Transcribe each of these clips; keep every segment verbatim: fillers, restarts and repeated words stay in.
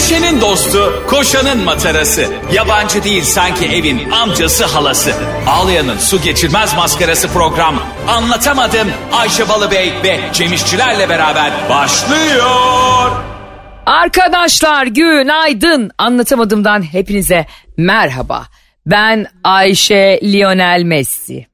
Ayşe'nin dostu, koşanın matarası. Yabancı değil sanki evin amcası halası. Ağlayan'ın su geçirmez maskarası program. Anlatamadım Ayşe Balıbey ve Cemişçilerle beraber başlıyor. Arkadaşlar günaydın. Anlatamadımdan hepinize merhaba. Ben Ayşe Lionel Messi.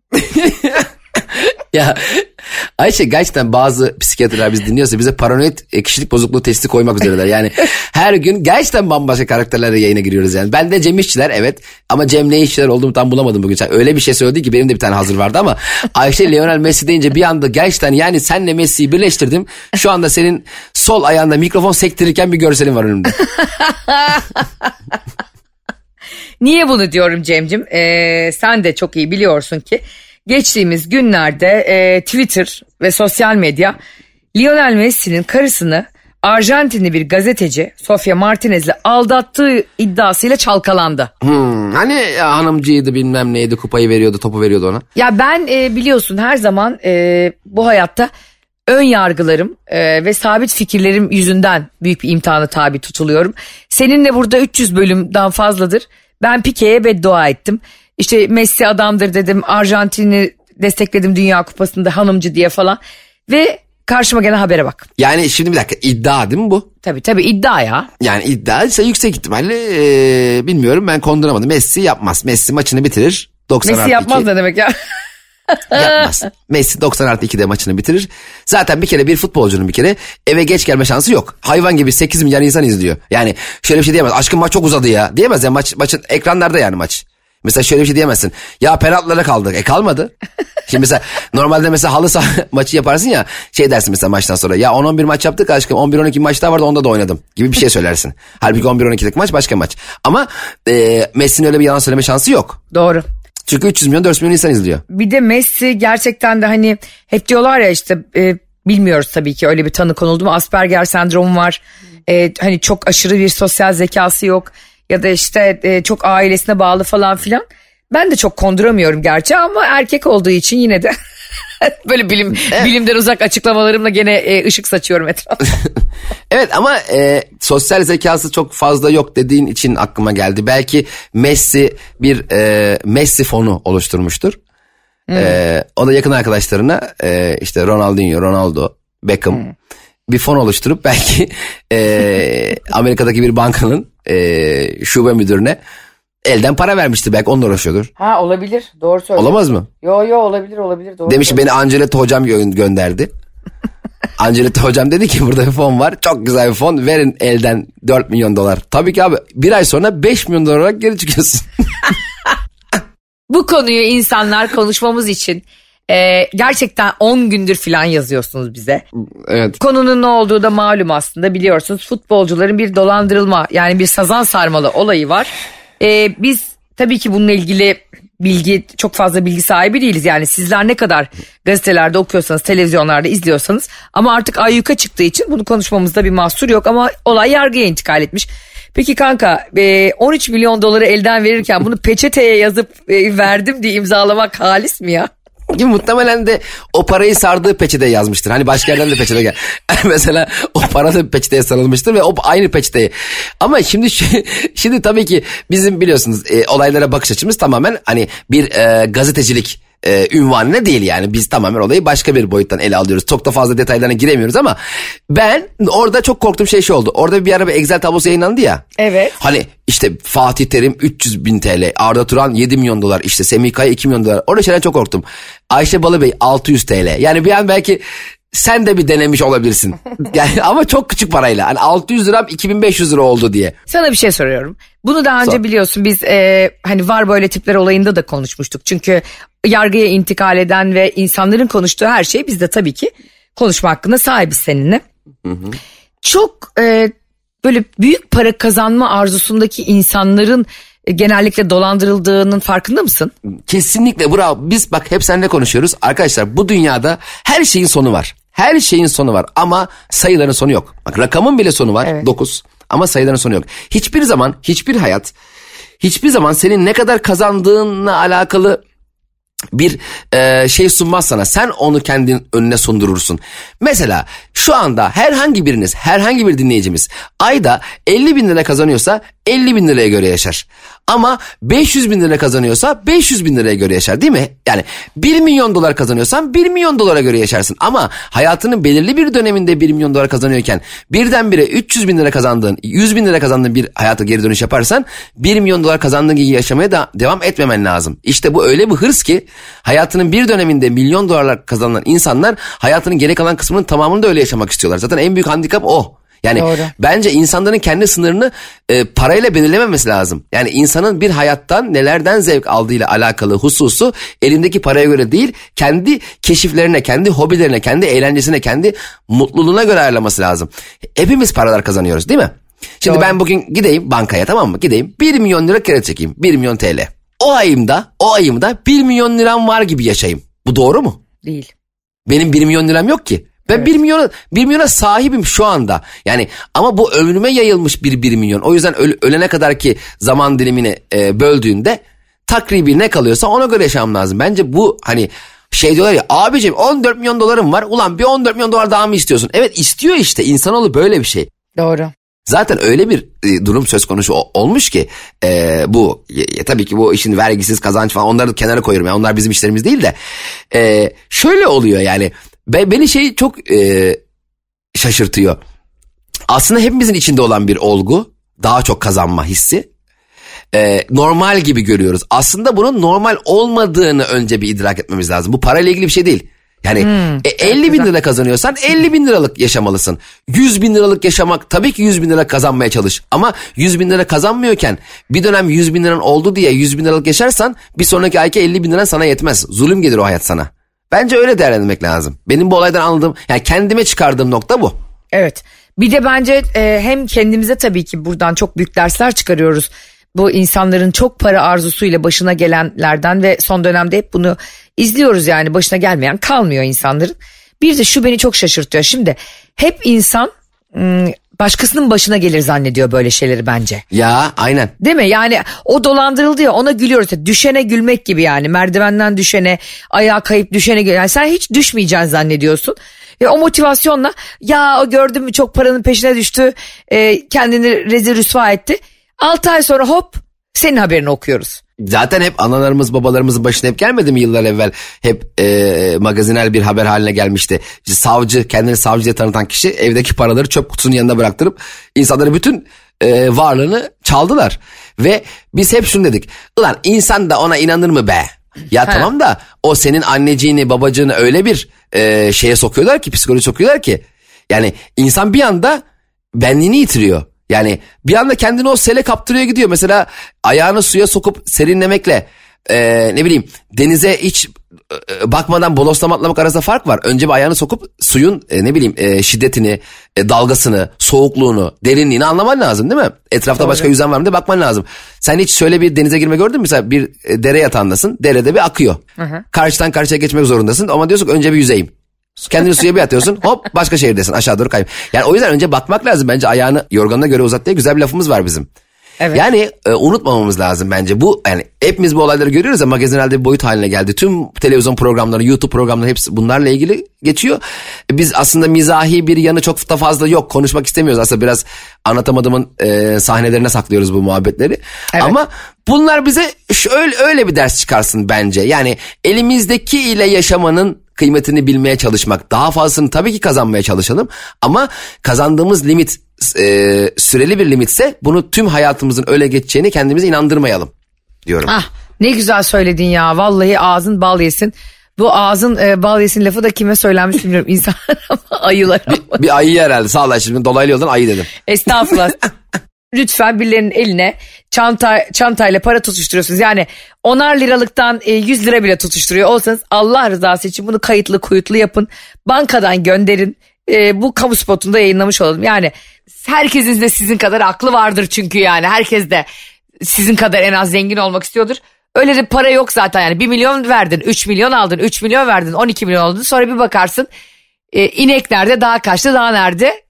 Ya Ayşe, gerçekten bazı psikiyatrlar bizi dinliyorsa bize paranoid kişilik bozukluğu testi koymak üzereler. Yani her gün gerçekten bambaşka karakterlerle yayına giriyoruz yani. Ben de Cem İşçiler, evet, ama Cem ne işçiler olduğumu tam bulamadım bugün. Sen öyle bir şey söyledi ki benim de bir tane hazır vardı ama Ayşe Lionel Messi deyince bir anda gerçekten yani senle Messi'yi birleştirdim. Şu anda senin sol ayağında mikrofon sektirirken bir görselin var önümde. Niye bunu diyorum Cem'cim? Ee, sen de çok iyi biliyorsun ki geçtiğimiz günlerde e, Twitter ve sosyal medya Lionel Messi'nin karısını Arjantinli bir gazeteci Sofia Martinez'le aldattığı iddiasıyla çalkalandı. Hmm, hani ya, hanımcıydı bilmem neydi, kupayı veriyordu, topu veriyordu ona. Ya ben e, biliyorsun her zaman e, bu hayatta ön yargılarım e, ve sabit fikirlerim yüzünden büyük bir imtihana tabi tutuluyorum. Seninle burada üç yüz bölümden fazladır ben Piqué'ye beddua ettim. İşte Messi adamdır dedim, Arjantin'i destekledim Dünya Kupası'nda hanımcı diye falan ve karşıma gelen habere bak. Yani şimdi bir dakika, iddia değil mi bu? Tabii tabii iddia ya. Yani iddia ise yüksek ihtimalle e, bilmiyorum, ben konduramadım. Messi yapmaz. Messi maçını bitirir. doksan Messi yapmaz ne demek ya? Yapmaz. Messi doksan artı ikide maçını bitirir. Zaten bir kere bir futbolcunun bir kere eve geç gelme şansı yok. Hayvan gibi sekiz milyar insan izliyor. Yani şöyle bir şey diyemez. Aşkım maç çok uzadı ya. Diyemez ya, maç maçın ekranlarda yani maç. Mesela şöyle bir şey diyemezsin. Ya penaltılara kaldık. E kalmadı. Şimdi mesela normalde mesela halı saha maçı yaparsın ya, şey dersin mesela maçtan sonra. Ya on on bir maç yaptık aşkım, on bir on iki maç daha vardı, onda da oynadım gibi bir şey söylersin. Halbuki on bir on ikilik maç başka maç. Ama e, Messi'nin öyle bir yalan söyleme şansı yok. Doğru. Çünkü üç yüz milyon dört yüz milyon insan izliyor. Bir de Messi gerçekten de hani hep diyorlar ya işte e, bilmiyoruz tabii ki öyle bir tanı konuldu mu, Asperger sendromu var. E, hani çok aşırı bir sosyal zekası yok. Ya da işte e, çok ailesine bağlı falan filan. Ben de çok konduramıyorum gerçi ama erkek olduğu için yine de böyle bilim evet. bilimden uzak açıklamalarımla gene e, ışık saçıyorum etrafa. Evet ama e, sosyal zekası çok fazla yok dediğin için aklıma geldi. Belki Messi bir e, Messi fonu oluşturmuştur. Hmm. E, o da yakın arkadaşlarına e, işte Ronaldinho, Ronaldo, Beckham hmm. bir fon oluşturup belki e, Amerika'daki bir bankanın e, şube müdürüne elden para vermişti, belki onunla uğraşıyordur. Ha olabilir, doğru söylüyorsun. Olamaz mı? Yo yo olabilir olabilir. Doğru demiş beni Ancelotti hocam gö- gönderdi. Ancelotti hocam dedi ki burada bir fon var, çok güzel bir fon, verin elden dört milyon dolar. Tabii ki abi bir ay sonra beş milyon dolar olarak geri çıkıyorsun. Bu konuyu insanlar konuşmamız için Ee, gerçekten on gündür falan yazıyorsunuz bize. Evet. Konunun ne olduğu da malum aslında, biliyorsunuz. Futbolcuların bir dolandırılma, yani bir sazan sarmalı olayı var. Ee, biz tabii ki bununla ilgili bilgi, çok fazla bilgi sahibi değiliz. Yani sizler ne kadar gazetelerde okuyorsanız, televizyonlarda izliyorsanız, ama artık ayyuka çıktığı için bunu konuşmamızda bir mahsur yok, ama olay yargıya intikal etmiş. Peki kanka, on üç milyon doları elden verirken bunu peçeteye yazıp verdim diye imzalamak halis mi ya? Ki muhtemelen de o parayı sardığı peçete yazmıştır. Hani başka yerden de peçete gel. Mesela o para da peçeteye sarılmıştır ve o aynı peçeteye. Ama şimdi şimdi tabii ki bizim biliyorsunuz e, olaylara bakış açımız tamamen hani bir e, gazetecilik e, ünvanına değil yani. Biz tamamen olayı başka bir boyuttan ele alıyoruz. Çok da fazla detaylarına giremiyoruz ama ben orada çok korktuğum şey şu oldu. Orada bir ara bir Excel tablosu yayınlandı ya. Evet. Hani işte Fatih Terim üç yüz bin T L, Arda Turan yedi milyon dolar, işte Semih Kaya iki milyon dolar. Orada şeyden çok korktum. Ayşe Balıbey altı yüz T L. Yani bir an belki sen de bir denemiş olabilirsin. Yani ama çok küçük parayla. Hani altı yüz lira iki bin beş yüz lira oldu diye. Sana bir şey soruyorum. Bunu daha önce Sor. biliyorsun biz e, hani var böyle tipler olayında da konuşmuştuk. Çünkü yargıya intikal eden ve insanların konuştuğu her şey biz de tabii ki konuşma hakkına sahibiz seninle. Hı hı. Çok e, böyle büyük para kazanma arzusundaki insanların genellikle dolandırıldığının farkında mısın? Kesinlikle bravo. Biz bak hep seninle konuşuyoruz. Arkadaşlar bu dünyada her şeyin sonu var. Her şeyin sonu var ama sayıların sonu yok. Bak rakamın bile sonu var, evet. dokuz, ama sayıların sonu yok. Hiçbir zaman hiçbir hayat hiçbir zaman senin ne kadar kazandığınla alakalı bir e, şey sunmaz sana. Sen onu kendin önüne sundurursun. Mesela şu anda herhangi biriniz, herhangi bir dinleyicimiz ayda elli bin lira kazanıyorsa elli bin liraya göre yaşar. Ama beş yüz bin lira kazanıyorsa beş yüz bin liraya göre yaşar, değil mi? Yani bir milyon dolar kazanıyorsan bir milyon dolara göre yaşarsın. Ama hayatının belirli bir döneminde bir milyon dolar kazanıyorken birdenbire üç yüz bin lira kazandığın, yüz bin lira kazandığın bir hayata geri dönüş yaparsan bir milyon dolar kazandığın gibi yaşamaya da devam etmemen lazım. İşte bu öyle bir hırs ki hayatının bir döneminde milyon dolarlar kazanan insanlar hayatının geri kalan kısmının tamamını da öyle yaşamak istiyorlar. Zaten en büyük handikap o. Yani doğru. Bence insanların kendi sınırını e, parayla belirlememesi lazım. Yani insanın bir hayattan nelerden zevk aldığıyla alakalı hususu elindeki paraya göre değil, kendi keşiflerine, kendi hobilerine, kendi eğlencesine, kendi mutluluğuna göre ayarlaması lazım. Hepimiz paralar kazanıyoruz, değil mi? Şimdi doğru. Ben bugün gideyim bankaya, tamam mı? Gideyim bir milyon lira kredi çekeyim. bir milyon T L. O ayımda, o ayımda bir milyon liram var gibi yaşayayım. Bu doğru mu? Değil. Benim bir milyon liram yok ki. Ben evet. bir milyona, bir milyona sahibim şu anda. Yani ama bu ömrüme yayılmış bir bir milyon. O yüzden öl, ölene kadar ki zaman dilimini e, böldüğünde takribi ne kalıyorsa ona göre yaşamam lazım. Bence bu hani şey diyorlar ya, abicim on dört milyon dolarım var. Ulan bir on dört milyon dolar daha mı istiyorsun? Evet istiyor işte. İnsanoğlu böyle bir şey. Doğru. Zaten öyle bir e, durum söz konusu olmuş ki e, bu e, tabii ki bu işin vergisiz kazanç falan onları kenara koyuyorum. Yani onlar bizim işlerimiz değil de e, şöyle oluyor yani. Be, beni şey çok e, şaşırtıyor. Aslında hepimizin içinde olan bir olgu, daha çok kazanma hissi. E, normal gibi görüyoruz. Aslında bunun normal olmadığını önce bir idrak etmemiz lazım. Bu parayla ilgili bir şey değil. Yani hmm, e, elli bin lira kazanıyorsan elli bin liralık yaşamalısın. yüz bin liralık yaşamak, tabii ki yüz bin lira kazanmaya çalış. Ama yüz bin lira kazanmıyorken bir dönem yüz bin liran oldu diye yüz bin liralık yaşarsan bir sonraki ayki elli bin liran sana yetmez. Zulüm gelir o hayat sana. Bence öyle değerlendirmek lazım. Benim bu olaydan anladığım, yani kendime çıkardığım nokta bu. Evet. Bir de bence e, hem kendimize tabii ki buradan çok büyük dersler çıkarıyoruz. Bu insanların çok para arzusuyla başına gelenlerden ve son dönemde hep bunu izliyoruz, yani başına gelmeyen kalmıyor insanların. Bir de şu beni çok şaşırtıyor. Şimdi hep insan başkasının başına gelir zannediyor böyle şeyleri bence. Ya aynen. Değil mi? Yani o dolandırıldı ya, ona gülüyoruz. Düşene gülmek gibi yani. Merdivenden düşene, ayağa kayıp düşene gülüyor. Yani sen hiç düşmeyeceksin zannediyorsun. Ve o motivasyonla ya o gördün mü çok paranın peşine düştü, e, kendini rezil rüsva etti. altı ay sonra hop senin haberini okuyoruz. Zaten hep analarımız babalarımızın başına hep gelmedi mi yıllar evvel? Hep e, magazinel bir haber haline gelmişti. İşte savcı, kendini savcı diye tanıtan kişi evdeki paraları çöp kutusunun yanına bıraktırıp insanların bütün e, varlığını çaldılar. Ve biz hep şunu dedik. Ulan insan da ona inanır mı be? Ya He. tamam da o senin anneciğini babacığını öyle bir e, şeye sokuyorlar ki, psikoloji sokuyorlar ki. Yani insan bir anda benliğini yitiriyor. Yani bir anda kendini o sele kaptırıyor gidiyor. Mesela ayağını suya sokup serinlemekle e, ne bileyim denize hiç e, bakmadan bodoslama atlamak arasında fark var. Önce bir ayağını sokup suyun e, ne bileyim e, şiddetini, e, dalgasını, soğukluğunu, derinliğini anlaman lazım değil mi? Etrafta Doğru. başka yüzen var mı diye bakman lazım. Sen hiç şöyle bir denize girme gördün mü? Mesela bir e, dere yatağındasın, derede bir akıyor. Hı hı. Karşıdan karşıya geçmek zorundasın ama diyorsun ki önce bir yüzeyim. Kendini suya bir atıyorsun, hop başka şehirdesin, aşağı doğru kayıp. Yani o yüzden önce bakmak lazım bence, ayağını yorganına göre uzat diye güzel bir lafımız var bizim. Evet. Yani e, unutmamamız lazım bence bu, yani hepimiz bu olayları görüyoruz ya, magazinelde bir boyut haline geldi. Tüm televizyon programları, YouTube programları hepsi bunlarla ilgili geçiyor. E, biz aslında mizahi bir yanı çok da fazla yok, konuşmak istemiyoruz aslında, biraz anlatamadığımın e, sahnelerine saklıyoruz bu muhabbetleri. Evet. Ama bunlar bize şöyle öyle bir ders çıkarsın bence. Yani elimizdeki ile yaşamanın kıymetini bilmeye çalışmak. Daha fazlasını tabii ki kazanmaya çalışalım. Ama kazandığımız limit e, süreli bir limitse bunu tüm hayatımızın öyle geçeceğini kendimize inandırmayalım diyorum. Ah ne güzel söyledin ya. Vallahi ağzın bal yesin. Bu ağzın e, bal yesin lafı da kime söylenmiş bilmiyorum. İnsanlar ama ayılar ama. Bir, bir ayı herhalde. Sağ ol, şimdi dolaylı yoldan ayı dedim. Estağfurullah. Lütfen birilerinin eline çanta çantayla para tutuşturuyorsunuz. Yani onar liralıktan yüz lira bile tutuşturuyor olsanız Allah rızası için bunu kayıtlı kuyutlu yapın. Bankadan gönderin. E, bu kamu spotunda yayınlamış olalım. Yani herkesin de sizin kadar aklı vardır çünkü yani. Herkes de sizin kadar en az zengin olmak istiyordur. Öyle de para yok zaten yani. bir milyon verdin, üç milyon aldın, üç milyon verdin, on iki milyon aldın. Sonra bir bakarsın e, inek nerede, dağ kaçtı, dağ nerede?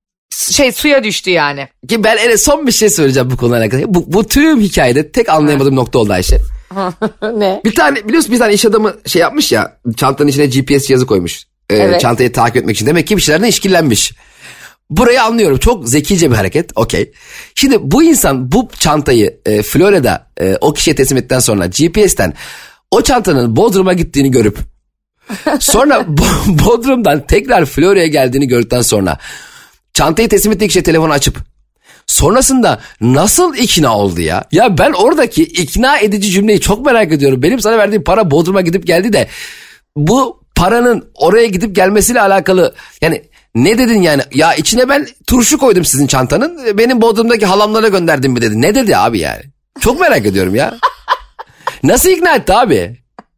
Şey suya düştü yani. Ki ben en son bir şey söyleyeceğim bu konuyla alakalı. Bu, bu tüm hikayede tek anlayamadığım evet. nokta oldu Ayşe. Ne? Bir tane biliyorsun bir tane iş adamı şey yapmış ya, çantanın içine G P S cihazı koymuş. Ee, Evet. Çantayı takip etmek için. Demek ki bir şeylerden işkillenmiş. Burayı anlıyorum. Çok zekice bir hareket. Okey. Şimdi bu insan bu çantayı e, Florya'da e, o kişiye teslim ettikten sonra G P S'ten o çantanın Bodrum'a gittiğini görüp sonra Bo- Bodrum'dan tekrar Florya'ya geldiğini gördükten sonra çantayı teslim ettiği kişiye telefonu açıp sonrasında nasıl ikna oldu ya? Ya ben oradaki ikna edici cümleyi çok merak ediyorum. Benim sana verdiğim para Bodrum'a gidip geldi de bu paranın oraya gidip gelmesiyle alakalı yani ne dedin yani? Ya içine ben turşu koydum sizin çantanın, benim Bodrum'daki halamlara gönderdim mi dedi. Ne dedi abi yani? Çok merak ediyorum ya. Nasıl ikna etti abi?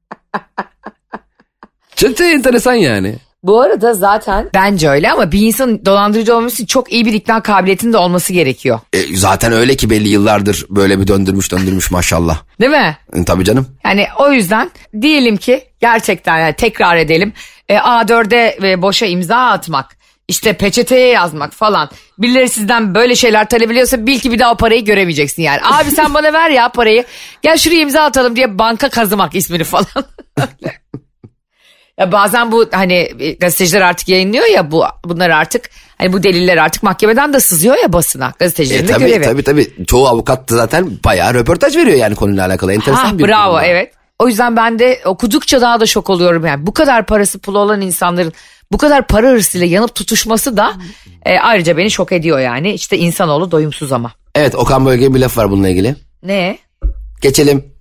Çok da enteresan yani. Bu arada zaten bence öyle ama bir insanın dolandırıcı olması için çok iyi bir ikna kabiliyetinin de olması gerekiyor. E, zaten öyle ki belli yıllardır böyle bir döndürmüş döndürmüş maşallah. Değil mi? E, tabii canım. Yani o yüzden diyelim ki gerçekten yani tekrar edelim e, A dörde e, boşa imza atmak, işte peçeteye yazmak falan, birileri sizden böyle şeyler talep ediyorsa bil ki bir daha o parayı göremeyeceksin yani. Abi sen bana ver ya parayı, gel şuraya imza atalım diye banka kazımak ismini falan. Ya bazen bu hani gazeteciler artık yayınlıyor ya bu bunlar artık hani bu deliller artık mahkemeden de sızıyor ya basına, gazetecilerin E, de tabii, görevi. tabii tabii çoğu avukat da zaten bayağı röportaj veriyor yani konuyla alakalı. Enteresan Ha, bir bravo durum. evet. O yüzden ben de okudukça daha da şok oluyorum yani. Bu kadar parası pulu olan insanların bu kadar para hırsıyla yanıp tutuşması da e, ayrıca beni şok ediyor yani. İşte insanoğlu doyumsuz ama. Evet, Okan Bölge'nin bir laf var bununla ilgili. Ne? Geçelim.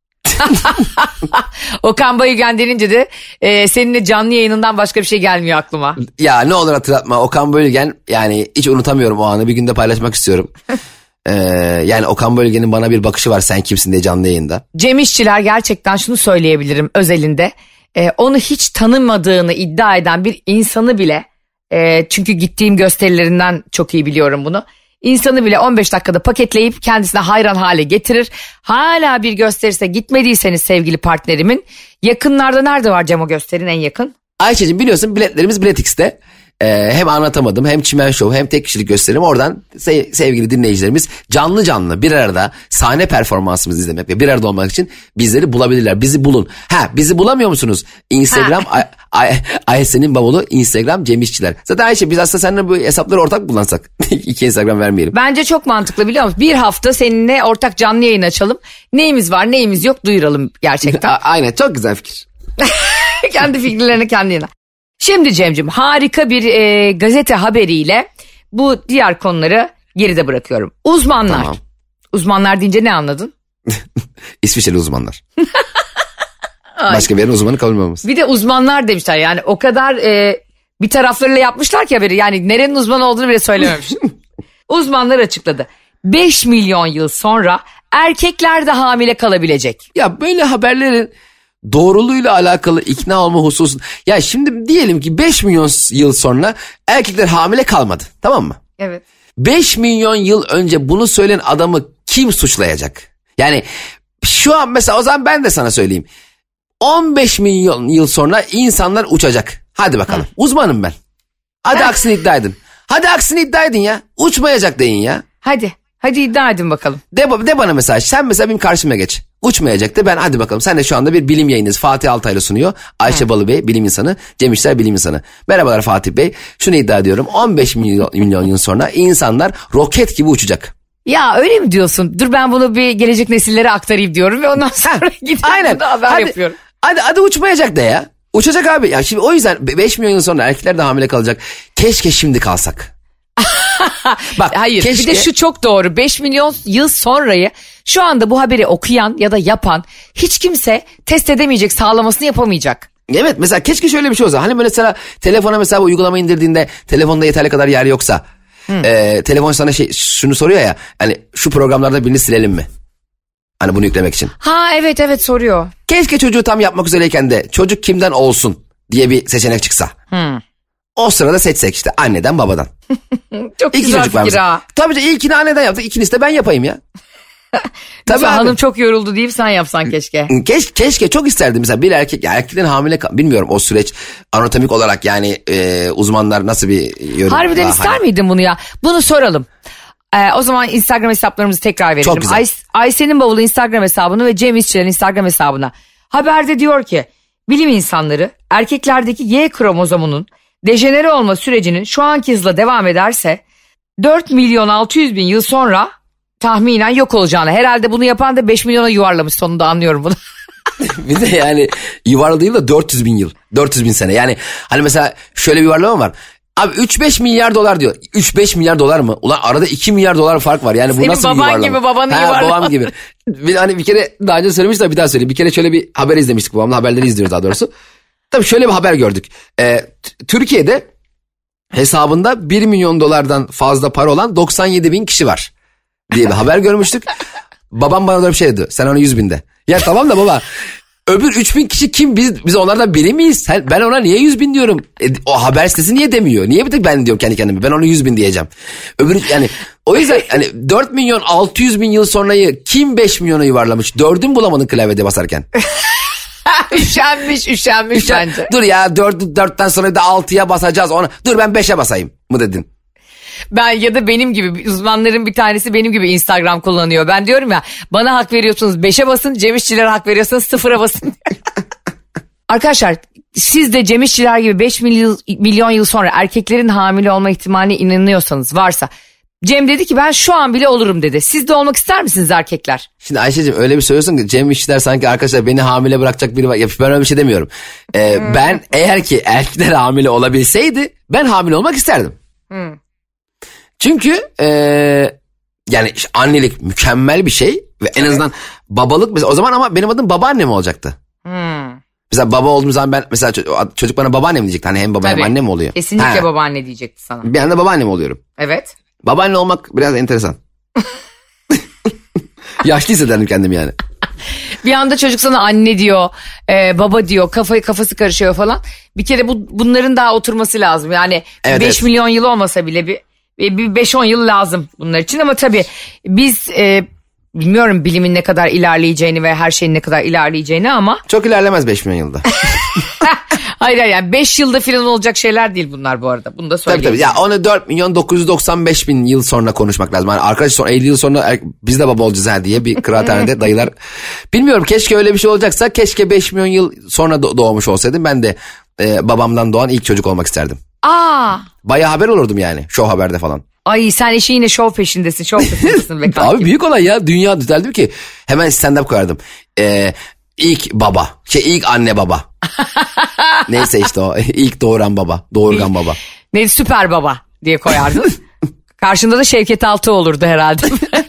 Okan Bayülgen denince de e, seninle canlı yayınından başka bir şey gelmiyor aklıma. Ya ne olur hatırlatma, Okan Bölgen yani hiç unutamıyorum o anı, bir günde paylaşmak istiyorum. ee, yani Okan Bölge'nin bana bir bakışı var, sen kimsin diye, canlı yayında. Cem İşçiler gerçekten şunu söyleyebilirim özelinde. E, onu hiç tanımadığını iddia eden bir insanı bile e, çünkü gittiğim gösterilerinden çok iyi biliyorum bunu. İnsanı bile on beş dakikada paketleyip kendisine hayran hale getirir. Hala bir gösterisi gitmediyseniz sevgili partnerimin, yakınlarda nerede var Cem o gösterinin en yakın? Ayşe'cim biliyorsun biletlerimiz Bilet X'te. Ee, hem Anlatamadım hem Çimen Show hem tek kişilik gösterim, oradan se- sevgili dinleyicilerimiz canlı canlı bir arada sahne performansımızı izlemek ve bir arada olmak için bizleri bulabilirler. Bizi bulun. Ha, bizi bulamıyor musunuz? Instagram Ay- Ay- Ayşe'nin bavulu, Instagram Cem İşçiler. Zaten Ayşe biz aslında seninle bu hesapları ortak kullansak. İki Instagram vermeyelim. Bence çok mantıklı biliyor musun? Bir hafta seninle ortak canlı yayın açalım. Neyimiz var neyimiz yok duyuralım gerçekten. A- aynen, çok güzel fikir. Kendi fikirlerini kendine. Şimdi Cem'cim harika bir e, gazete haberiyle bu diğer konuları geride bırakıyorum. Uzmanlar. Tamam. Uzmanlar deyince ne anladın? İsviçreli uzmanlar. Başka bir yerin uzmanı kabul olmaz. Bir de uzmanlar demişler yani o kadar e, bir taraflarıyla yapmışlar ki haberi, yani nerenin uzmanı olduğunu bile söylememiş. Uzmanlar açıkladı. beş milyon yıl sonra erkekler de hamile kalabilecek. Ya böyle haberlerin doğruluğuyla alakalı ikna olma hususun. Ya şimdi diyelim ki beş milyon yıl sonra erkekler hamile kalmadı, tamam mı? Evet. beş milyon yıl önce bunu söyleyen adamı kim suçlayacak? Yani şu an mesela o zaman ben de sana söyleyeyim. on beş milyon yıl sonra insanlar uçacak. Hadi bakalım. Hı. Uzmanım ben. Hadi aksini iddia edin. Hadi aksini iddia edin ya. Uçmayacak deyin ya. Hadi. Hadi iddia edin bakalım. De, de bana mesela, sen mesela benim karşıma geç. Uçmayacak de, ben hadi bakalım. Sen de şu anda bir bilim yayınınız. Fatih Altaylı sunuyor. Ayşe Hı. Balıbey bilim insanı. Cem İşçiler bilim insanı. Merhabalar Fatih Bey. Şunu iddia ediyorum. on beş milyon, milyon yıl sonra insanlar roket gibi uçacak. Ya öyle mi diyorsun? Dur ben bunu bir gelecek nesillere aktarayım diyorum ve ondan sonra gidip aynen. haber hadi, yapıyorum. Hadi, hadi uçmayacak de ya. Uçacak abi. Ya şimdi o yüzden beş milyon yıl sonra erkekler de hamile kalacak. Keşke şimdi kalsak. Bak, hayır keşke... bir de şu çok doğru, beş milyon yıl sonrayı şu anda bu haberi okuyan ya da yapan hiç kimse test edemeyecek, sağlamasını yapamayacak. Evet, mesela keşke şöyle bir şey olsa. Hani mesela telefona mesela bu uygulama indirdiğinde telefonda yeterli kadar yer yoksa e, telefon sana şey şunu soruyor ya, hani şu programlarda birini silelim mi? Hani bunu yüklemek için. Ha evet evet soruyor. Keşke çocuğu tam yapmak üzereyken de çocuk kimden olsun diye bir seçenek çıksa. Hmm. O sırada seçsek işte anneden babadan. Çok İki güzel çocuk fikir ha. Tabii ki ilkini anneden yaptık, ikincisi de ben yapayım ya. Tabii hanım çok yoruldu deyip sen yapsan keşke. Keş, keşke çok isterdim mesela bir erkek, ya erkeklerin hamile kal- bilmiyorum o süreç anatomik olarak yani e, uzmanlar nasıl bir yorum. Harbiden ha, ister hani. miydin bunu ya? Bunu soralım. Ee, o zaman Instagram hesaplarımızı tekrar verelim. Çok güzel. Ay, Ayşe'nin bavulu Instagram hesabını ve Cem İşçilerin Instagram hesabına. Haberde diyor ki bilim insanları erkeklerdeki Y kromozomunun dejenere olma sürecinin şu anki hızla devam ederse dört milyon altı yüz bin yıl sonra tahminen yok olacağını. Herhalde bunu yapan da beş milyona yuvarlamış, sonunda anlıyorum bunu. Bir de yani yuvarlı değil de dört yüz bin yıl. dört yüz bin sene. Yani hani mesela şöyle bir yuvarlama var. Abi üç beş milyar dolar diyor. üç beş milyar dolar mı? Ulan arada iki milyar dolar fark var. Yani bu Senin nasıl bir baban yuvarlama? gibi, babanın ha, yuvarlama. Babam gibi. Bir, hani bir kere daha önce söylemiştim, bir daha söyleyeyim. Bir kere şöyle bir haber izlemiştik babamla. Haberleri izliyoruz daha doğrusu. Tabii şöyle bir haber gördük. Ee, t- Türkiye'de hesabında bir milyon dolardan fazla para olan doksan yedi bin kişi var diye bir haber görmüştük. Babam bana da bir şey dedi. Sen ona yüz binde. Ya tamam da baba... Öbür üç bin kişi kim? Biz biz onlardan biri miyiz? Sen, ben ona niye yüz bin diyorum? E, o haber sitesi niye demiyor? Niye bir tek ben diyorum kendi kendime? Ben ona yüz bin diyeceğim. Öbür yani o yüzden hani dört milyon altı yüz bin yıl sonrayı kim beş milyona yuvarlamış? Dördün bulamadın klavyede basarken. üşenmiş üşenmiş Üşen, bence. dur ya dört, dörtten sonra da altıya basacağız ona. Dur ben beşe basayım mı dedin? Ben ya da benim gibi uzmanların bir tanesi benim gibi Instagram kullanıyor. Ben diyorum ya, bana hak veriyorsunuz beşe basın, Cem İşçilere hak veriyorsanız sıfıra basın. Arkadaşlar siz de Cem İşçiler gibi beş milyon, milyon yıl sonra erkeklerin hamile olma ihtimaline inanıyorsanız, varsa. Cem dedi ki ben şu an bile olurum dedi. Siz de olmak ister misiniz erkekler? Şimdi Ayşe'cim öyle bir söylüyorsun ki Cem İşçiler sanki arkadaşlar beni hamile bırakacak biri var. Ya ben öyle bir şey demiyorum. Ee, hmm. Ben eğer ki erkekler hamile olabilseydi ben hamile olmak isterdim. Hmm. Çünkü e, yani işte annelik mükemmel bir şey ve en azından babalık mesela o zaman, ama benim adım babaannem olacaktı. Hmm. Mesela baba olduğum zaman ben mesela çocuk bana babaannem diyecekti. Hani hem baba Tabii. hem annem oluyor. Kesinlikle ha. babaanne diyecekti sana. Bir anda babaannem oluyorum. Evet. Babaanne olmak biraz enteresan. Yaşlı hissederdim kendimi yani. Bir anda çocuk sana anne diyor, e, baba diyor, kafayı kafası karışıyor falan. Bir kere bu bunların daha oturması lazım. Yani evet, beş evet. milyon yıl olmasa bile bir bir beş on yıl lazım bunlar için, ama tabii biz e, bilmiyorum bilimin ne kadar ilerleyeceğini ve her şeyin ne kadar ilerleyeceğini, ama. Çok ilerlemez beş milyon yılda. Hayır hayır, yani beş yılda falan olacak şeyler değil bunlar bu arada. Bunu da söyleyeyim. Tabii tabii ya, onu dört milyon dokuz yüz doksan beş bin yıl sonra konuşmak lazım. Yani arkadaş sonra elli yıl sonra biz de baba olacağız ha diye bir kıraathanede dayılar. Bilmiyorum, keşke öyle bir şey olacaksa, keşke beş milyon yıl sonra doğmuş olsaydım. Ben de e, babamdan doğan ilk çocuk olmak isterdim. Aa. Bayağı haber olurdum yani, Show Haber'de falan. Ay sen işi yine şov peşindesin, şov peşindesin be kanki. Abi büyük olay ya, dünya düzeldim ki hemen stand-up koyardım. Ee, ilk baba, şey ilk anne baba. Neyse işte o ilk doğuran baba, doğurgan baba. Neydi, süper baba diye koyardın. Karşında da Şevket Altı olurdu herhalde.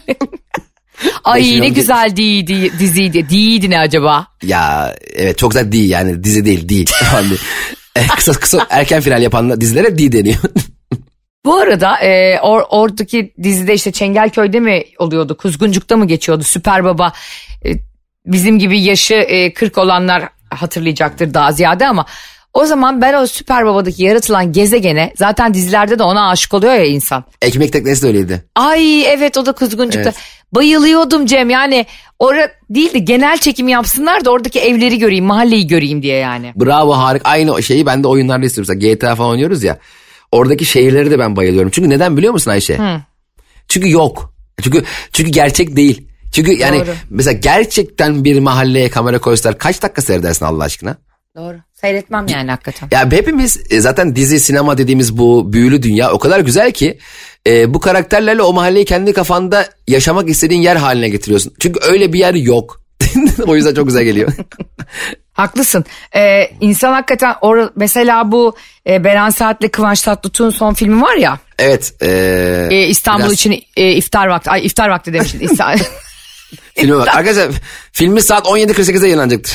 Ay ne güzel diydi, diziydi. Diydi ne acaba? Ya evet, çok güzel değil yani, dizi değil değil. kısa kısa erken final yapan dizilere di deniyor. Bu arada e, or, oradaki dizide işte Çengelköy'de mi oluyordu, Kuzguncuk'ta mı geçiyordu Süper Baba? E, bizim gibi yaşı e, kırk olanlar hatırlayacaktır daha ziyade, ama o zaman ben o Süper Baba'daki yaratılan gezegene, zaten dizilerde de ona aşık oluyor ya insan. Ekmek Teknesi de öyleydi. Ay evet, o da Kuzguncuk'ta. Evet. Bayılıyordum Cem, yani orada değil de genel çekim yapsınlar da oradaki evleri göreyim, mahalleyi göreyim diye yani. Bravo, harika. Aynı şeyi ben de oyunlarda istiyorum. Mesela G T A falan oynuyoruz ya. Oradaki şehirleri de ben bayılıyorum. Çünkü neden biliyor musun Ayşe? Hı. Çünkü yok. Çünkü çünkü gerçek değil. Çünkü yani Doğru. mesela gerçekten bir mahalleye kamera koysalar kaç dakika seyredersin Allah aşkına? Doğru. Seyretmem yani hakikaten. Ya hepimiz zaten dizi, sinema dediğimiz bu büyülü dünya o kadar güzel ki e, bu karakterlerle o mahalleyi kendi kafanda yaşamak istediğin yer haline getiriyorsun. Çünkü öyle bir yer yok. O yüzden çok güzel geliyor. Haklısın. Ee, insan hakikaten or- mesela bu e, Beren Saat'le Kıvanç Tatlıtuğ'un son filmi var ya. Evet. E, ee, İstanbul biraz... için e, iftar vakti. Ay iftar vakti demiştim. Filme bak. Arkadaşlar filmi saat on yedi kırk sekizde yayınlanacaktır.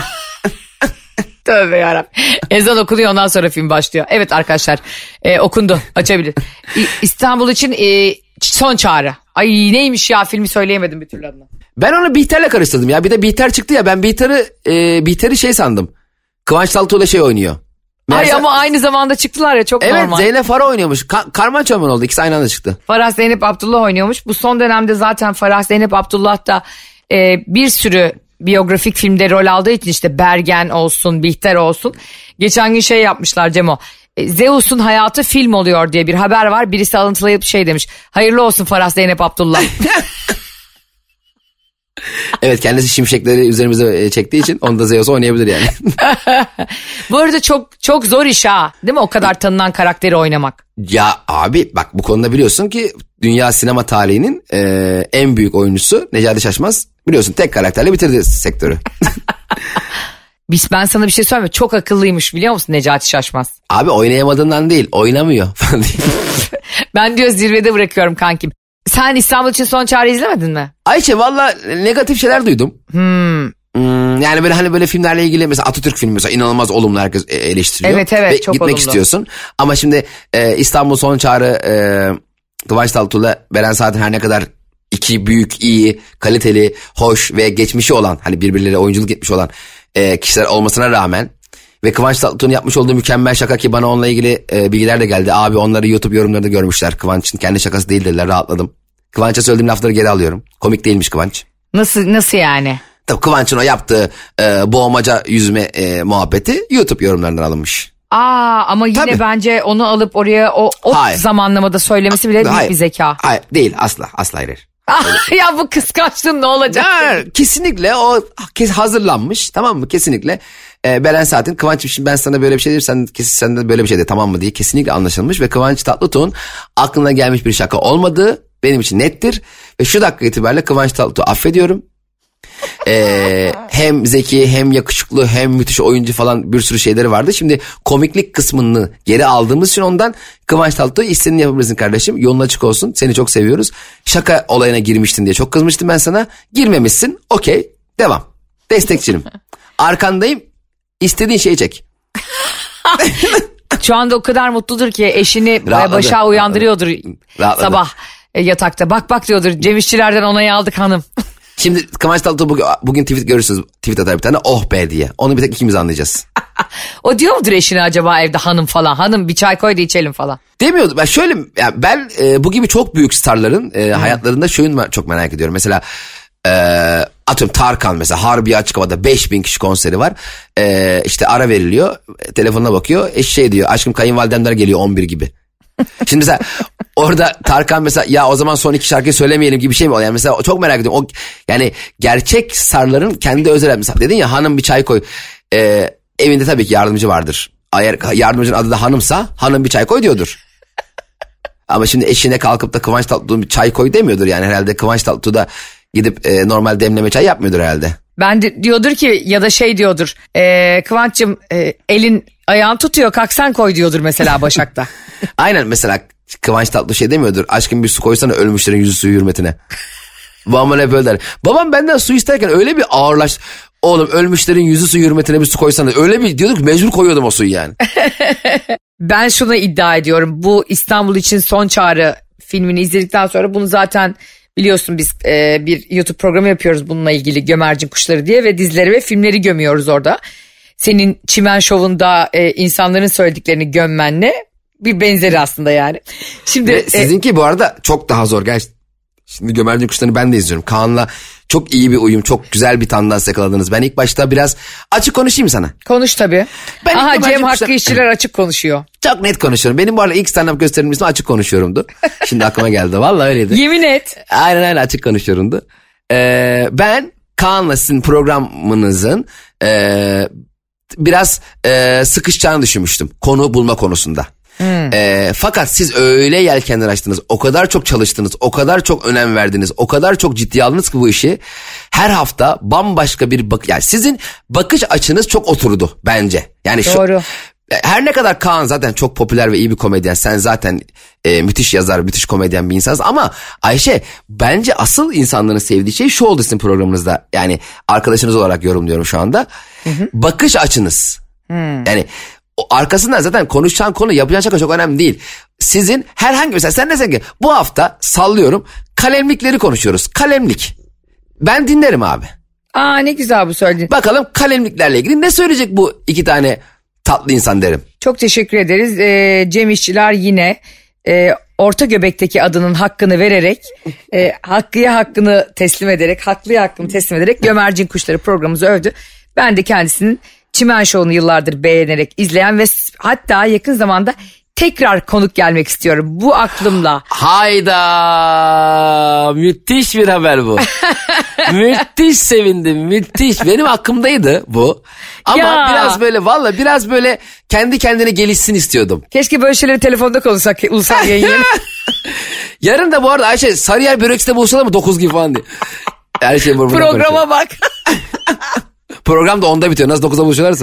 Tövbe yarabbim. Ezan okunuyor, ondan sonra film başlıyor. Evet arkadaşlar e, okundu, açabilir. İ- İstanbul için e, son çağrı. Ay neymiş ya, filmi söyleyemedim bir türlü adına. Ben onu Bihter'le karıştırdım ya. Bir de Bihter çıktı ya, ben Bihter'i e, Bihter'i şey sandım. Kıvanç Tatlıtuğ'la şey oynuyor. Meğerse... Ay ama aynı zamanda çıktılar ya, çok evet, normal. Evet, Zeynep Farah oynuyormuş. Ka- Karman Çorman oldu, ikisi aynı anda çıktı. Farah Zeynep Abdullah oynuyormuş. Bu son dönemde zaten Farah Zeynep Abdullah da e, bir sürü biyografik filmde rol aldığı için, işte Bergen olsun, Bihter olsun. Geçen gün şey yapmışlar Cemo. Zeus'un hayatı film oluyor diye bir haber var. Birisi alıntılayıp şey demiş. Hayırlı olsun Farah Zeynep Abdullah. Evet, kendisi şimşekleri üzerimize çektiği için onu da Zeus oynayabilir yani. Bu arada çok çok zor iş ha, değil mi o kadar tanınan karakteri oynamak? Ya abi bak, bu konuda biliyorsun ki dünya sinema tarihinin e, en büyük oyuncusu Necati Şaşmaz, biliyorsun tek karakterle bitirdi sektörü. Biz, ben sana bir şey söyleyeyim mi? Çok akıllıymış biliyor musun Necati Şaşmaz? Abi oynayamadığından değil, oynamıyor. Ben diyor zirvede bırakıyorum kankim. Sen İstanbul için Son Çare izlemedin mi? Ayşe valla negatif şeyler duydum. Hmm. Hmm, yani böyle hani böyle filmlerle ilgili mesela Atatürk filmi mesela inanılmaz olumlu, herkes eleştiriyor. Evet evet, ve çok gitmek olumlu. istiyorsun. Ama şimdi e, İstanbul Son Çare e, Kıvanç Tatlıtuğ'la Beren Saat'in her ne kadar iki büyük, iyi, kaliteli, hoş ve geçmişi olan, hani birbirleriyle oyunculuk etmiş olan e, kişiler olmasına rağmen ve Kıvanç Tatlıtuğ'un yapmış olduğu mükemmel şaka, ki bana onunla ilgili e, bilgiler de geldi. Abi onları YouTube yorumlarında görmüşler. Kıvanç'ın kendi şakası değil dediler, rahatladım. Kıvanç'a söylediğim lafları geri alıyorum. Komik değilmiş Kıvanç. Nasıl nasıl yani? Tabii Kıvanç'ın o yaptığı e, boğmaca yüzme e, muhabbeti YouTube yorumlarından alınmış. Aa ama yine Tabii. bence onu alıp oraya o, o zamanlamada söylemesi bile büyük Hayır. bir zeka. Hayır değil, asla asla hayır. Ya bu kıskançlığın ne olacak? Ya, kesinlikle o kes hazırlanmış, tamam mı, kesinlikle. E, Beren Saat'in Kıvanç'ım şimdi ben sana böyle bir şey derim, sen kesin sen de böyle bir şey de tamam mı diye kesinlikle anlaşılmış ve Kıvanç Tatlıtuğ'un aklına gelmiş bir şaka olmadığı benim için nettir ve şu dakika itibariyle Kıvanç Tatlıtuğ'u affediyorum. Ee, hem zeki hem yakışıklı hem müthiş oyuncu falan bir sürü şeyleri vardı. Şimdi komiklik kısmını geri aldığımız için ondan Kıvanç Tatlıtuğ istediğini yapabilirsin kardeşim. Yolun açık olsun, seni çok seviyoruz. Şaka olayına girmiştin diye çok kızmıştım ben sana. Girmemişsin, okey, devam. Destekçinim. Arkandayım, istediğin şeyi çek. Şu anda o kadar mutludur ki eşini Rahatladı. başa uyandırıyordur Rahatladı. sabah e, yatakta. Bak bak diyordur, Cem İşçilerden onayı aldık hanım. Şimdi Kıvanç Tatlıtuğ bugün, bugün tweet görürsünüz, tweet atar bir tane, oh be diye. Onu bir tek ikimiz anlayacağız. O diyor mudur eşine acaba evde hanım falan? Hanım bir çay koy da içelim falan. Demiyordu. Ben şöyle, yani ben e, bu gibi çok büyük starların e, hayatlarında şunu çok merak ediyorum. Mesela e, atıyorum Tarkan mesela Harbiye Açık Hava'da beş bin kişi konseri var. E, işte ara veriliyor. E, telefonuna bakıyor. Eş şey diyor, aşkım kayınvalidemler geliyor on bir gibi. Şimdi mesela orada Tarkan mesela ya o zaman son iki şarkıyı söylemeyelim gibi bir şey mi oluyor? Yani mesela çok merak ediyorum. O, yani gerçek starların kendi özel, mesela dedin ya hanım bir çay koy. E, evinde tabii ki yardımcı vardır. Eğer yardımcının adı da hanımsa hanım bir çay koy diyordur. Ama şimdi eşine kalkıp da Kıvanç Tatlıtuğ bir çay koy demiyordur yani, herhalde Kıvanç Tatlıtuğ da gidip e, normal demleme çay yapmıyordur herhalde. Ben de diyordur ki, ya da şey diyordur, e, Kıvanç'cığım e, elin ayağın tutuyor kalk sen koy diyordur mesela Başak'ta. Aynen, mesela Kıvanç Tatlıtuğ şey demiyordur, aşkım bir su koysana ölmüşlerin yüzü suyu hürmetine. Babam hep öyle der. Babam benden su isterken öyle bir ağırlaş, oğlum ölmüşlerin yüzü suyu hürmetine bir su koysana, öyle bir diyorduk, mecbur koyuyordum o suyu yani. Ben şunu iddia ediyorum, bu İstanbul için Son Çare filmini izledikten sonra, bunu zaten biliyorsun biz e, bir YouTube programı yapıyoruz bununla ilgili, Gömercin Kuşları diye, ve dizileri ve filmleri gömüyoruz orada. Senin Çimen Şovu'nda e, insanların söylediklerini gömmenle bir benzeri aslında yani. Şimdi Ve sizinki e, bu arada çok daha zor gerçekten. Şimdi Gömercin Kuşları'nı ben de izliyorum. Kaan'la çok iyi bir uyum, çok güzel bir tandans yakaladınız. Ben ilk başta biraz açık konuşayım sana. Konuş tabii. Ben Aha Cem Kuşlar... Hakkı İşçiler açık konuşuyor. Çok net konuşuyorum. Benim bu arada ilk stand-up gösterim ismi Açık Konuşuyorum'du. Şimdi aklıma geldi. Vallahi öyleydi. Yemin et. Aynen aynen Açık Konuşuyorum'du. Ee, ben Kaan'la sizin programınızın e, biraz e, sıkışacağını düşünmüştüm. Konu bulma konusunda. Hmm. E, fakat siz öyle yelkenler açtınız, o kadar çok çalıştınız, o kadar çok önem verdiniz, o kadar çok ciddiye aldınız ki bu işi. Her hafta bambaşka bir bak, yani sizin bakış açınız çok oturdu bence. Yani Doğru. Şu, her ne kadar Kaan zaten çok popüler ve iyi bir komedyen, sen zaten e, müthiş yazar, müthiş komedyen bir insansın, ama Ayşe bence asıl insanların sevdiği şey şu oldu sizin programınızda, yani arkadaşınız olarak yorumluyorum şu anda. Hı hı. Bakış açınız. Hmm. Yani o arkasından zaten konuşacağın konu, yapacağın şaka çok önemli değil. Sizin herhangi, mesela sen desen ki bu hafta sallıyorum kalemlikleri konuşuyoruz. Kalemlik. Ben dinlerim abi. Aa ne güzel bu söylediğin. Bakalım kalemliklerle ilgili ne söyleyecek bu iki tane tatlı insan derim. Çok teşekkür ederiz. Ee, Cem İşçiler yine e, orta göbekteki adının hakkını vererek, e, Hakkı'ya hakkını teslim ederek, Haklı'ya hakkını teslim ederek Gömercin Kuşları programımızı övdü. Ben de kendisinin Çimen Show'unu yıllardır beğenerek izleyen ve hatta yakın zamanda tekrar konuk gelmek istiyorum bu aklımla. Hayda, müthiş bir haber bu. Müthiş sevindim, müthiş. Benim aklımdaydı bu. Ama Ya. biraz böyle valla biraz böyle kendi kendine gelişsin istiyordum. Keşke böyle şeyleri telefonda konuşsak ulusal yayın. Yarın da bu arada Ayşe Sarıyer Böreksi'de buluşalım mı dokuz gibi falan diye. Her şey burada Programa bak. Program da onda bitiyor. Nasıl dokuzda buluşuyorlarsa.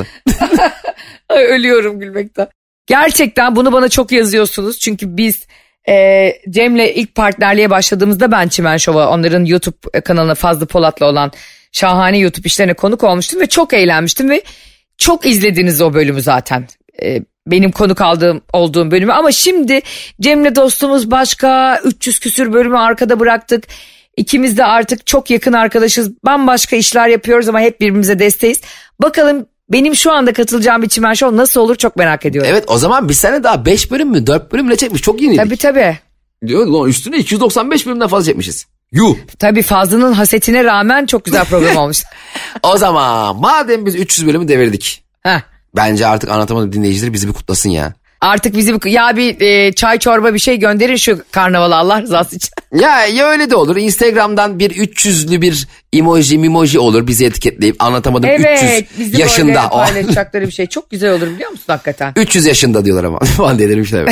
Ay, ölüyorum gülmekten. Gerçekten bunu bana çok yazıyorsunuz. Çünkü biz e, Cem'le ilk partnerliğe başladığımızda ben Çimen Show'a, onların YouTube kanalına, Fazlı Polat'la olan şahane YouTube işlerine konuk olmuştum ve çok eğlenmiştim ve çok izlediniz o bölümü zaten. E, benim konuk aldığım olduğum bölümü, ama şimdi Cem'le dostluğumuz başka, üç yüz küsür bölümü arkada bıraktık. İkimiz de artık çok yakın arkadaşız, bambaşka işler yapıyoruz ama hep birbirimize desteğiz. Bakalım benim şu anda katılacağım bir Çimen Show nasıl olur çok merak ediyorum. Evet, o zaman biz sene daha beş bölüm mü dört bölüm ne çekmiş, çok yeniydik. Tabii tabii. Diyor lan, üstüne iki yüz doksan beş bölümden fazla çekmişiz. Yuh. Tabii Fazlı'nın hasetine rağmen çok güzel program olmuş. O zaman madem biz üç yüz bölümü devirdik. Heh. Bence artık Anlatamadım dinleyicileri bizi bir kutlasın ya. Artık bizi bir, ya bir e, çay çorba bir şey gönderin şu karnavala Allah rızası için. Ya ya öyle de olur. Instagram'dan bir üç yüzlü bir emoji mimoji olur, bizi etiketleyip Anlatamadım Evet, üç yüz bizi yaşında. böyle paylaşacakları bir şey çok güzel olur biliyor musun hakikaten? üç yüz yaşında diyorlar ama falan diye demişler.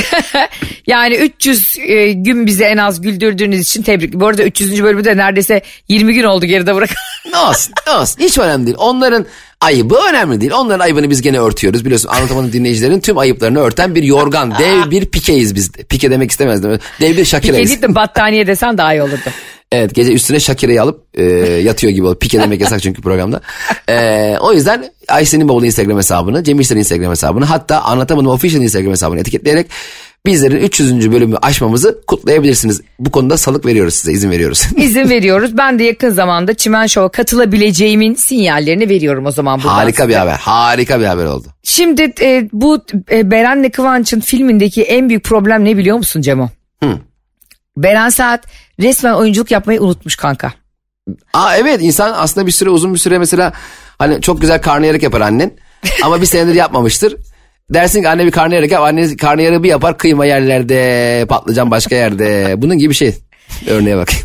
Yani üç yüz e, gün bizi en az güldürdüğünüz için tebrik. Bu arada üç yüzüncü bölümü de neredeyse yirmi gün oldu geride bırak. Ne olsun, ne olsun, hiç önemli değil. Onların ayıbı önemli değil. Onların ayıbını biz gene örtüyoruz. Biliyorsun Anlatamadım dinleyicilerin tüm ayıplarını örten bir yorgan. Dev bir pikeyiz biz. Pike demek istemezdim. Dev bir Shakira'yız. Pike değil de battaniye desen daha iyi olurdu. Evet, gece üstüne Shakira'yı alıp e, yatıyor gibi oluyor. Pike demek yasak çünkü programda. E, o yüzden Ayşe'nin bavulu Instagram hesabını, Cem İşler'in Instagram hesabını, hatta Anlatamadım Official Instagram hesabını etiketleyerek bizlerin üç yüzüncü bölümü aşmamızı kutlayabilirsiniz. Bu konuda salık veriyoruz size, izin veriyoruz. İzin veriyoruz. Ben de yakın zamanda Çimen Show'a katılabileceğimin sinyallerini veriyorum o zaman buradan. Harika size. bir haber. Harika bir haber oldu. Şimdi e, bu e, Beren'le Kıvanç'ın filmindeki en büyük problem ne biliyor musun Cemo? Hı. Beren Saat resmen oyunculuk yapmayı unutmuş kanka. Aa evet, insan aslında bir süre, uzun bir süre mesela hani çok güzel karnıyarık yapar annen ama bir senedir yapmamıştır. Dersin ki anne bir karnıyarık yap, anne karnıyarığı bir yapar, kıyma yerlerde, patlıcan başka yerde, bunun gibi bir şey. Örneğe bak.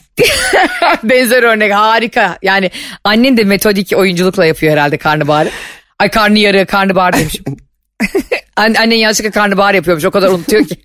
Benzer örnek, harika. Yani annen de metodik oyunculukla yapıyor herhalde karnabaharı. Ay karnıyarığı, karnabahar demişim. Annen yanlışlıkla karnabahar yapıyormuş, o kadar unutuyor ki.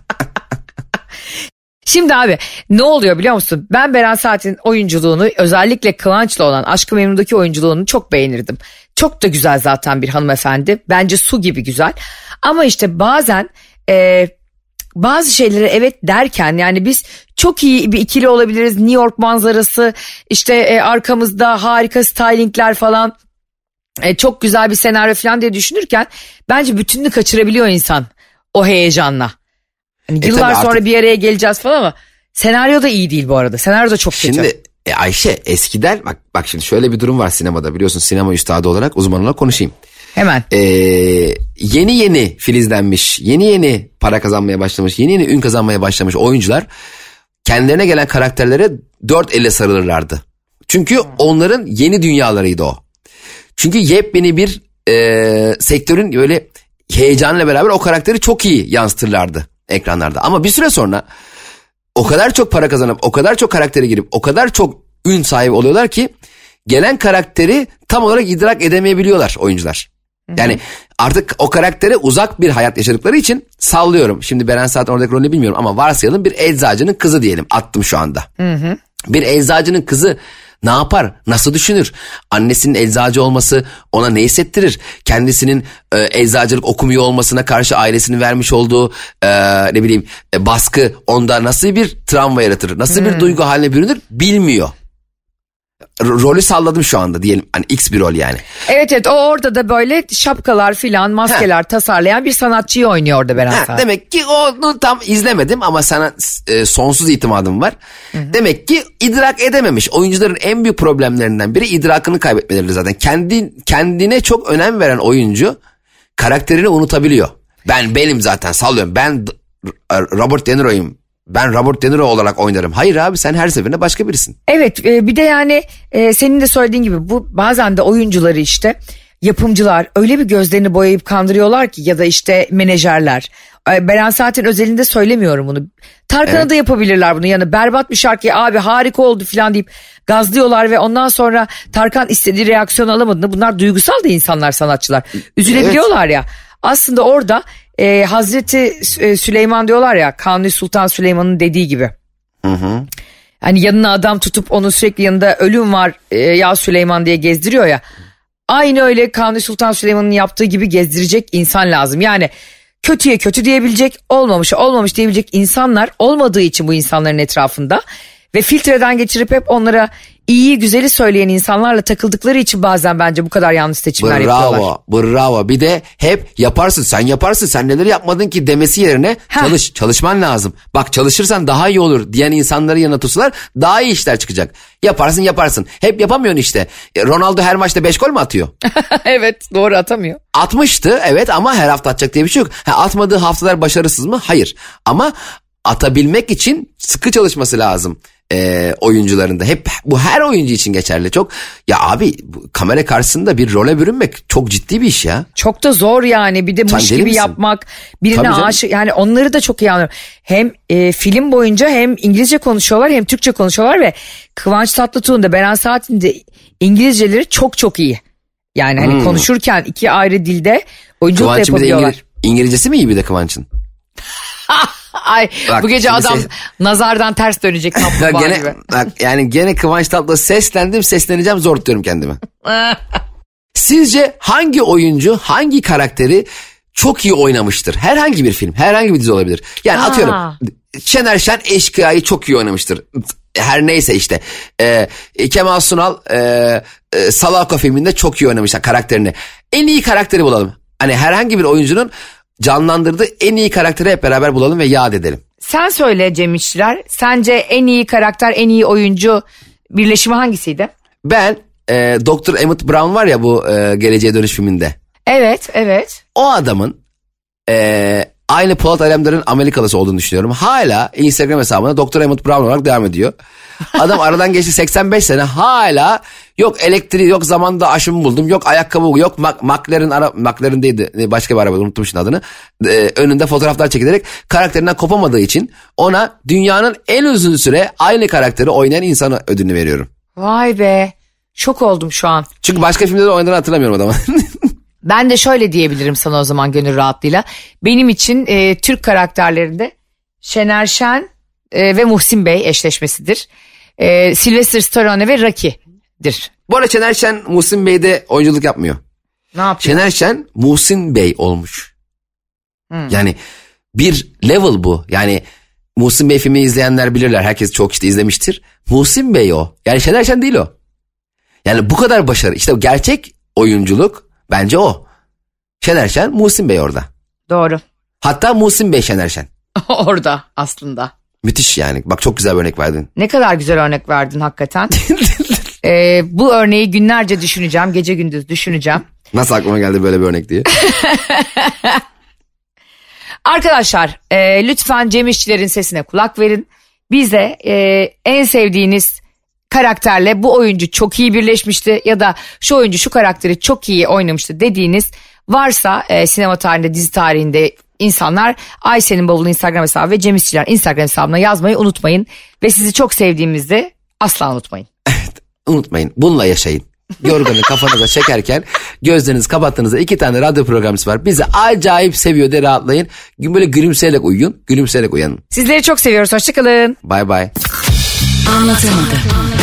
Şimdi abi ne oluyor biliyor musun? Ben Beren Saat'in oyunculuğunu, özellikle Kıvanç'la olan Aşk-ı Memnu'daki oyunculuğunu çok beğenirdim. Çok da güzel zaten bir hanımefendi. Bence su gibi güzel. Ama işte bazen e, bazı şeylere evet derken, yani biz çok iyi bir ikili olabiliriz. New York manzarası, işte e, arkamızda harika stylingler falan, e, çok güzel bir senaryo falan diye düşünürken bence bütününü kaçırabiliyor insan o heyecanla. Yani yıllar e sonra artık bir araya geleceğiz falan ama senaryo da iyi değil bu arada. Senaryo da çok kötü. Şimdi e, Ayşe eskiden bak bak şimdi şöyle bir durum var sinemada, biliyorsun, sinema üstadı olarak, uzman olarak konuşayım. Hemen. Ee, yeni yeni filizlenmiş, yeni yeni para kazanmaya başlamış, yeni yeni ün kazanmaya başlamış oyuncular kendilerine gelen karakterlere dört elle sarılırlardı. Çünkü onların yeni dünyalarıydı o. Çünkü yepyeni bir e, sektörün böyle heyecanıyla beraber o karakteri çok iyi yansıtırlardı ekranlarda. Ama bir süre sonra o kadar çok para kazanıp, o kadar çok karaktere girip, o kadar çok ün sahibi oluyorlar ki gelen karakteri tam olarak idrak edemeyebiliyorlar oyuncular. Yani artık o karaktere uzak bir hayat yaşadıkları için, sallıyorum. Şimdi Beren Saat oradaki rolünü bilmiyorum ama varsayalım bir eczacının kızı diyelim. Attım şu anda. Hı hı. Bir eczacının kızı ne yapar? Nasıl düşünür? Annesinin eczacı olması ona ne hissettirir? Kendisinin e, eczacılık okumuyor olmasına karşı ailesinin vermiş olduğu e, ne bileyim e, baskı onda nasıl bir travma yaratır? Nasıl bir hmm. duygu haline bürünür? Bilmiyor. Rolü salladım şu anda diyelim, hani X bir rol yani. Evet evet, o orada da böyle şapkalar filan, maskeler ha. tasarlayan bir sanatçıyı oynuyor orada Beren Saat. Demek ki onu tam izlemedim ama sana e, sonsuz itimadım var. Hı hı. Demek ki idrak edememiş. Oyuncuların en büyük problemlerinden biri idrakını kaybetmeleri zaten. Kendi, kendine çok önem veren oyuncu karakterini unutabiliyor. Ben benim zaten sallıyorum, ben Robert De Niro'yum, ben Robert De Niro olarak oynarım. Hayır abi, sen her seferinde başka birisin. Evet, bir de yani senin de söylediğin gibi bu bazen de oyuncuları işte yapımcılar öyle bir gözlerini boyayıp kandırıyorlar ki ya da işte menajerler. Beren Saat'in özelinde söylemiyorum bunu. Tarkan'a evet. da yapabilirler bunu. Yani berbat bir şarkı abi harika oldu falan deyip gazlıyorlar ve ondan sonra Tarkan istediği reaksiyon alamadığında bunlar duygusal da insanlar, sanatçılar. Üzülebiliyorlar evet. ya. Aslında orada e, Hazreti Süleyman diyorlar ya, Kanuni Sultan Süleyman'ın dediği gibi. Hı hı. Hani yanına adam tutup onun sürekli yanında ölüm var e, ya Süleyman diye gezdiriyor ya. Aynı öyle Kanuni Sultan Süleyman'ın yaptığı gibi gezdirecek insan lazım. Yani kötüye kötü diyebilecek, olmamışa olmamış diyebilecek insanlar olmadığı için bu insanların etrafında ve filtreden geçirip hep onlara iyiyi güzeli söyleyen insanlarla takıldıkları için bazen bence bu kadar yanlış seçimler bravo, yapıyorlar. Bravo, bravo. Bir de hep yaparsın, sen yaparsın, sen neler yapmadın ki demesi yerine Heh. çalış, çalışman lazım. Bak çalışırsan daha iyi olur diyen insanları yanına tutsalar daha iyi işler çıkacak. Yaparsın yaparsın. Hep yapamıyorsun işte. Ronaldo her maçta beş gol mü atıyor? Evet, doğru, atamıyor. Atmıştı evet ama her hafta atacak diye bir şey yok. Ha, atmadığı haftalar başarısız mı? Hayır. Ama atabilmek için sıkı çalışması lazım. E, oyuncularında hep bu her oyuncu için geçerli. Çok ya abi, kamera karşısında bir role bürünmek çok ciddi bir iş ya. Çok da zor yani, bir de muş gibi misin? Yapmak, birine aşık, yani onları da çok iyi anlıyorum. Hem e, film boyunca hem İngilizce konuşuyorlar hem Türkçe konuşuyorlar ve Kıvanç Tatlıtuğ'un da Beren Saat'in de İngilizceleri çok çok iyi. Yani hani hmm. konuşurken iki ayrı dilde oyunculuk da yapabiliyorlar. İngiliz, İngilizcesi mi iyi bir de Kıvanç'ın? Ay bak, bu gece adam ses... nazardan ters dönecek kaplumbağa gene, gibi. Bak, yani gene Kıvanç Tatlıtuğ'a seslendim, sesleneceğim, zor tutuyorum kendimi. Sizce hangi oyuncu hangi karakteri çok iyi oynamıştır? Herhangi bir film, herhangi bir dizi olabilir. Yani Aa. atıyorum Şener Şen Eşkıya'yı çok iyi oynamıştır. Her neyse işte ee, Kemal Sunal e, e, Salako filminde çok iyi oynamışlar karakterini. En iyi karakteri bulalım. Hani herhangi bir oyuncunun canlandırdığı en iyi karakteri hep beraber bulalım ve yad edelim. Sen söyle Cem İşçiler, sence en iyi karakter, en iyi oyuncu birleşimi hangisiydi? Ben e, doktor Emmett Brown var ya bu e, Geleceğe Dönüş filminde. Evet, evet. O adamın e, aynı Polat Alemdar'ın Amerikalısı olduğunu düşünüyorum. Hala Instagram hesabına doktor Emmett Brown olarak devam ediyor. Adam aradan geçti seksen beş sene, hala yok elektriği, yok zamanda aşımı buldum, yok ayakkabı, yok McLaren ara McLaren değildi, başka bir araba, unuttum şimdi adını. Ee, önünde fotoğraflar çekilerek karakterinden kopamadığı için ona dünyanın en uzun süre aynı karakteri oynayan insana ödülünü veriyorum. Vay be, şok oldum şu an. Çünkü başka filmde de oynadığını hatırlamıyorum adamı. Ben de şöyle diyebilirim sana o zaman gönül rahatlığıyla. Benim için e, Türk karakterlerinde Şener Şen e, ve Muhsin Bey eşleşmesidir. E, Sylvester Stallone ve Rocky'dir. Bu arada Şener Şen Muhsin Bey'de oyunculuk yapmıyor. Ne yapıyor? Şener Şen Muhsin Bey olmuş. Hmm. Yani bir level bu. Yani Muhsin Bey filmi izleyenler bilirler. Herkes çok işte izlemiştir. Muhsin Bey o. Yani Şener Şen değil o. Yani bu kadar başarı. İşte gerçek oyunculuk bence o. Şener Şen, Muhsin Bey orada. Doğru. Hatta Muhsin Bey Şener Şen. Orada aslında. Müthiş yani. Bak çok güzel bir örnek verdin. Ne kadar güzel örnek verdin hakikaten. ee, bu örneği günlerce düşüneceğim. Gece gündüz düşüneceğim. Nasıl aklıma geldi böyle bir örnek diye. Arkadaşlar e, lütfen Cem İşçilerin sesine kulak verin. Bize e, en sevdiğiniz karakterle bu oyuncu çok iyi birleşmişti ya da şu oyuncu şu karakteri çok iyi oynamıştı dediğiniz varsa e, sinema tarihinde, dizi tarihinde insanlar Ayşe'nin bavulu Instagram hesabı ve Cem İşçiler Instagram hesabına yazmayı unutmayın. Ve sizi çok sevdiğimizi asla unutmayın. Evet, unutmayın. Bununla yaşayın. Yorganı kafanıza çekerken gözlerinizi kapattığınızda iki tane radyo programcısı var. Bizi acayip seviyor de rahatlayın. Böyle gülümseyerek uyuyun. Gülümseyerek uyanın. Sizleri çok seviyoruz. Hoşçakalın. Bay bay. Anlatamadım.